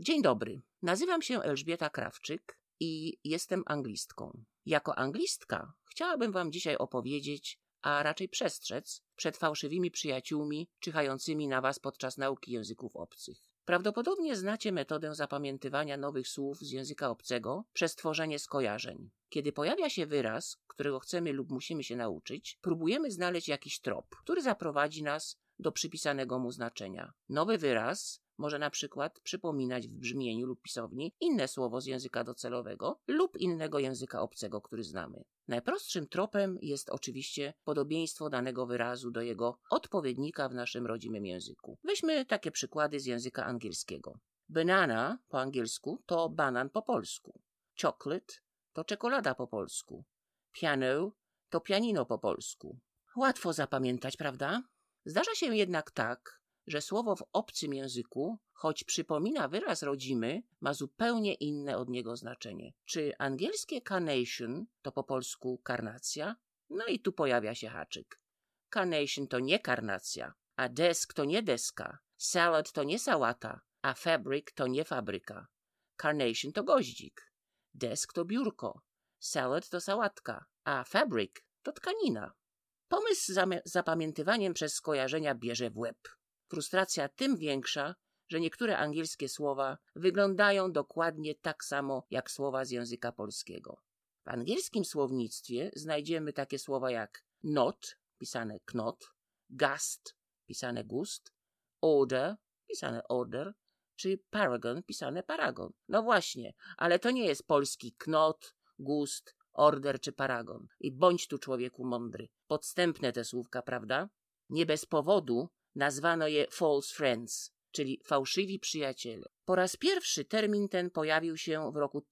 Dzień dobry, nazywam się Elżbieta Krawczyk i jestem anglistką. Jako anglistka chciałabym Wam dzisiaj opowiedzieć, a raczej przestrzec przed fałszywymi przyjaciółmi czyhającymi na Was podczas nauki języków obcych. Prawdopodobnie znacie metodę zapamiętywania nowych słów z języka obcego przez tworzenie skojarzeń. Kiedy pojawia się wyraz, którego chcemy lub musimy się nauczyć, próbujemy znaleźć jakiś trop, który zaprowadzi nas do przypisanego mu znaczenia. Nowy wyraz może na przykład przypominać w brzmieniu lub pisowni inne słowo z języka docelowego lub innego języka obcego, który znamy. Najprostszym tropem jest oczywiście podobieństwo danego wyrazu do jego odpowiednika w naszym rodzimym języku. Weźmy takie przykłady z języka angielskiego. Banana po angielsku to banan po polsku. Chocolate to czekolada po polsku. Piano to pianino po polsku. Łatwo zapamiętać, prawda? Zdarza się jednak tak, że słowo w obcym języku, choć przypomina wyraz rodzimy, ma zupełnie inne od niego znaczenie. Czy angielskie carnation to po polsku karnacja? No i tu pojawia się haczyk. Carnation to nie karnacja, a desk to nie deska, salad to nie sałata, a fabric to nie fabryka. Carnation to goździk, desk to biurko, salad to sałatka, a fabric to tkanina. Pomysł z zapamiętywaniem przez skojarzenia bierze w łeb. Frustracja tym większa, że niektóre angielskie słowa wyglądają dokładnie tak samo jak słowa z języka polskiego. W angielskim słownictwie znajdziemy takie słowa jak not, pisane knot, gust, pisane gust, order, pisane order, czy paragon, pisane paragon. No właśnie, ale to nie jest polski knot, gust, order czy paragon. I bądź tu człowieku mądry. Podstępne te słówka, prawda? Nie bez powodu nazwano je false friends, czyli fałszywi przyjaciele. Po raz pierwszy termin ten pojawił się w roku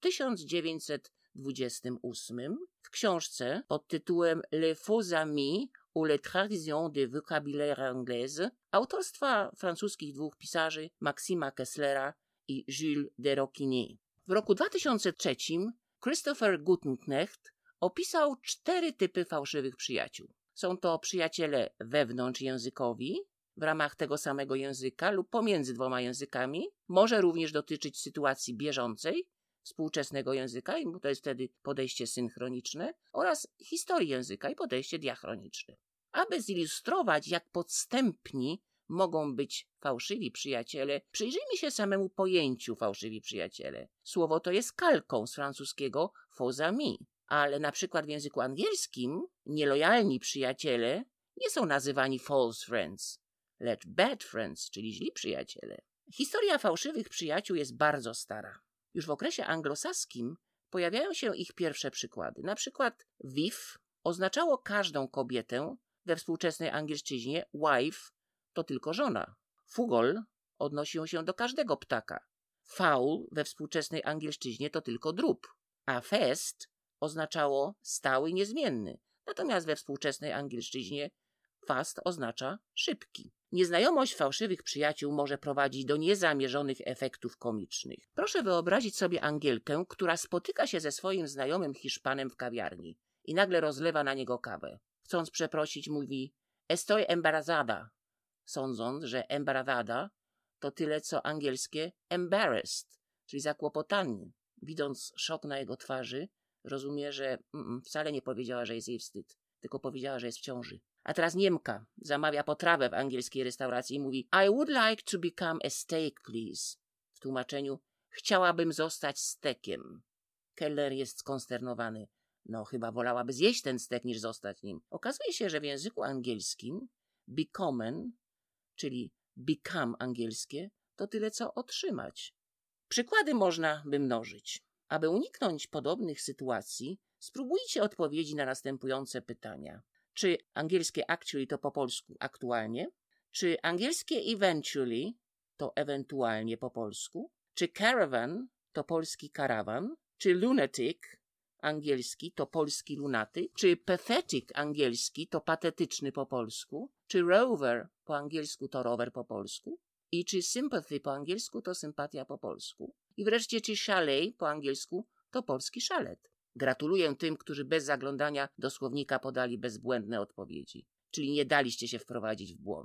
1928 w książce pod tytułem Les faux amis ou les traditions de vocabulaire anglaise autorstwa francuskich dwóch pisarzy Maxima Kesslera i Jules de Roquigny. W roku 2003 Christopher Gutenknecht opisał 4 typy fałszywych przyjaciół. Są to przyjaciele wewnątrzjęzykowi, w ramach tego samego języka lub pomiędzy dwoma językami. Może również dotyczyć sytuacji bieżącej, współczesnego języka, i to jest wtedy podejście synchroniczne, oraz historii języka i podejście diachroniczne. Aby zilustrować, jak podstępni mogą być fałszywi przyjaciele, przyjrzyjmy się samemu pojęciu fałszywi przyjaciele. Słowo to jest kalką z francuskiego faux amis, ale na przykład w języku angielskim nielojalni przyjaciele nie są nazywani false friends, lecz bad friends, czyli źli przyjaciele. Historia fałszywych przyjaciół jest bardzo stara. Już w okresie anglosaskim pojawiają się ich pierwsze przykłady. Na przykład wife oznaczało każdą kobietę, we współczesnej angielszczyźnie wife to tylko żona. Fugol odnosił się do każdego ptaka. Fowl we współczesnej angielszczyźnie to tylko drób. A fast oznaczało stały, niezmienny. Natomiast we współczesnej angielszczyźnie fast oznacza szybki. Nieznajomość fałszywych przyjaciół może prowadzić do niezamierzonych efektów komicznych. Proszę wyobrazić sobie Angielkę, która spotyka się ze swoim znajomym Hiszpanem w kawiarni i nagle rozlewa na niego kawę. Chcąc przeprosić, mówi estoy embarazada, sądząc, że embarazada to tyle co angielskie embarrassed, czyli zakłopotany. Widząc szok na jego twarzy, rozumie, że wcale nie powiedziała, że jest jej wstyd, tylko powiedziała, że jest w ciąży. A teraz Niemka zamawia potrawę w angielskiej restauracji i mówi I would like to become a steak, please. W tłumaczeniu chciałabym zostać stekiem. Kelner jest skonsternowany. No chyba wolałaby zjeść ten stek niż zostać nim. Okazuje się, że w języku angielskim becomen, czyli become angielskie, to tyle co otrzymać. Przykłady można by mnożyć. Aby uniknąć podobnych sytuacji, spróbujcie odpowiedzi na następujące pytania. Czy angielskie actually to po polsku aktualnie? Czy angielskie eventually to ewentualnie po polsku? Czy caravan to polski karawan? Czy lunatic angielski to polski lunatyk? Czy pathetic angielski to patetyczny po polsku? Czy rover po angielsku to rower po polsku? I czy sympathy po angielsku to sympatia po polsku? I wreszcie czy chalet po angielsku to polski szalet? Gratuluję tym, którzy bez zaglądania do słownika podali bezbłędne odpowiedzi, czyli nie daliście się wprowadzić w błąd.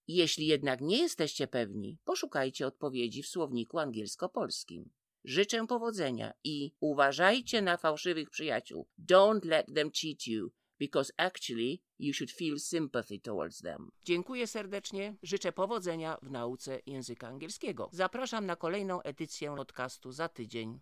Jeśli jednak nie jesteście pewni, poszukajcie odpowiedzi w słowniku angielsko-polskim. Życzę powodzenia i uważajcie na fałszywych przyjaciół. Don't let them cheat you, because actually you should feel sympathy towards them. Dziękuję serdecznie, życzę powodzenia w nauce języka angielskiego. Zapraszam na kolejną edycję podcastu za tydzień.